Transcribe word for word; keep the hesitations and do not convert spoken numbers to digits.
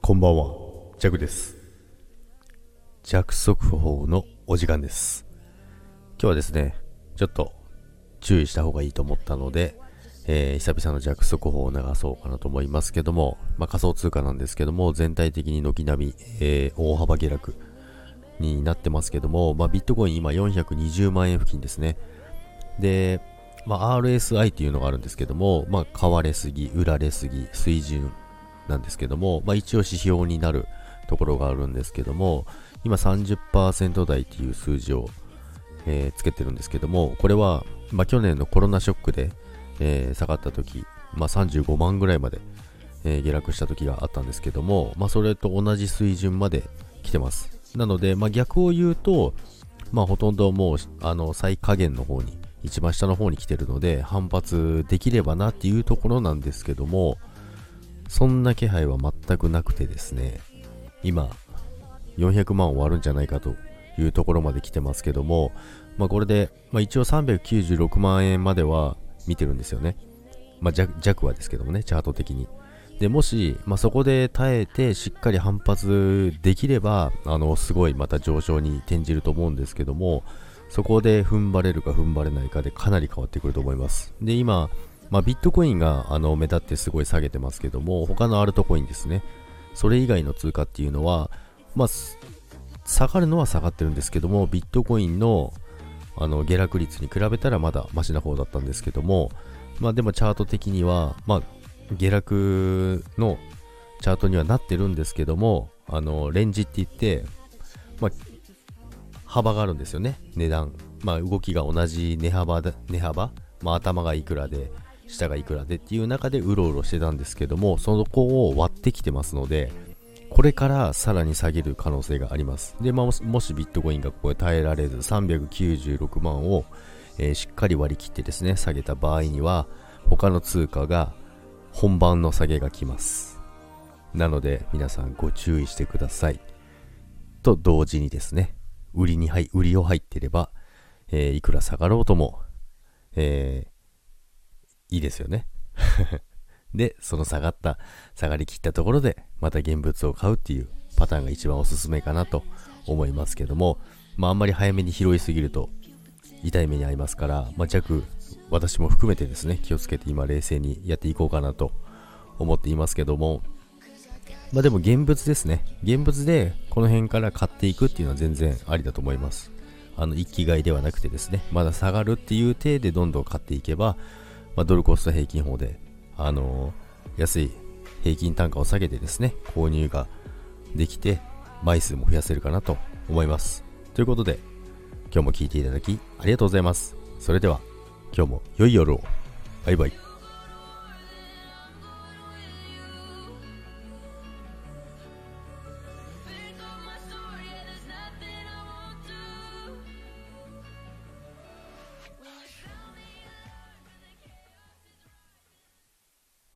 こんばんは、ジャクです。弱速報のお時間です。今日はですね、ちょっと注意した方がいいと思ったので、えー、久々の弱速報を流そうかなと思いますけども、まあ、仮想通貨なんですけども、全体的に軒並み、えー、大幅下落になってますけども、まあ、ビットコイン今よんひゃくにじゅうまんえん付近ですね。で、まあ、アールエスアイ っていうのがあるんですけども、まあ、買われすぎ、売られすぎ、水準なんですけども、まあ、一応指標になるところがあるんですけども、今 さんじゅっパーセント 台っていう数字を、えー、つけてるんですけども、これは、まあ、去年のコロナショックで、えー、下がった時、まあ、さんじゅうごまんぐらいまで、えー、下落した時があったんですけども、まあ、それと同じ水準まで来てます。なので、まあ、逆を言うと、まあ、ほとんどもうあの最下限の方に、一番下の方に来てるので反発できればなっていうところなんですけども、そんな気配は全くなくてですね、今よんひゃくまん終わるんじゃないかというところまで来てますけども、まあ、これで、まあ、一応さんびゃくきゅうじゅうろくまんえんまでは見てるんですよね。まあ、弱, 弱はですけどもね、チャート的に。でもし、まあ、そこで耐えてしっかり反発できれば、あのすごいまた上昇に転じると思うんですけども、そこで踏ん張れるか踏ん張れないかでかなり変わってくると思います。で、今、まあ、ビットコインがあの目立ってすごい下げてますけども、他のアルトコインですね、それ以外の通貨っていうのは、まあ、下がるのは下がってるんですけども、ビットコインのあの下落率に比べたらまだマシな方だったんですけども、まあでもチャート的には、まあ下落のチャートにはなってるんですけども、あのレンジって言って、まあ幅があるんですよね、値段。まあ動きが同じ値幅だ、値幅、まあ頭がいくらで、下がいくらでっていう中でうろうろしてたんですけども、そこを割ってきてますので、これからさらに下げる可能性があります。で、まあ、もし、もしビットコインがここで耐えられずさんびゃくきゅうじゅうろくまんを、えー、しっかり割り切ってですね、下げた場合には、他の通貨が本番の下げが来ます。なので、皆さんご注意してください。と同時にですね、売りに入、売りを入っていれば、えー、いくら下がろうとも、えー、いいですよね。で、その下がった、下がりきったところで、また現物を買うっていうパターンが一番おすすめかなと思いますけども、まああんまり早めに拾いすぎると痛い目に遭いますから、まあ弱、私も含めてですね、気をつけて今冷静にやっていこうかなと思っていますけども、まあでも現物ですね。現物でこの辺から買っていくっていうのは全然ありだと思います。あの、一気買いではなくてですね、まだ下がるっていう体でどんどん買っていけば、まあ、ドルコスト平均法であのー、安い平均単価を下げてですね、購入ができて枚数も増やせるかなと思います。ということで、今日も聞いていただきありがとうございます。それでは今日も良い夜を。バイバイ。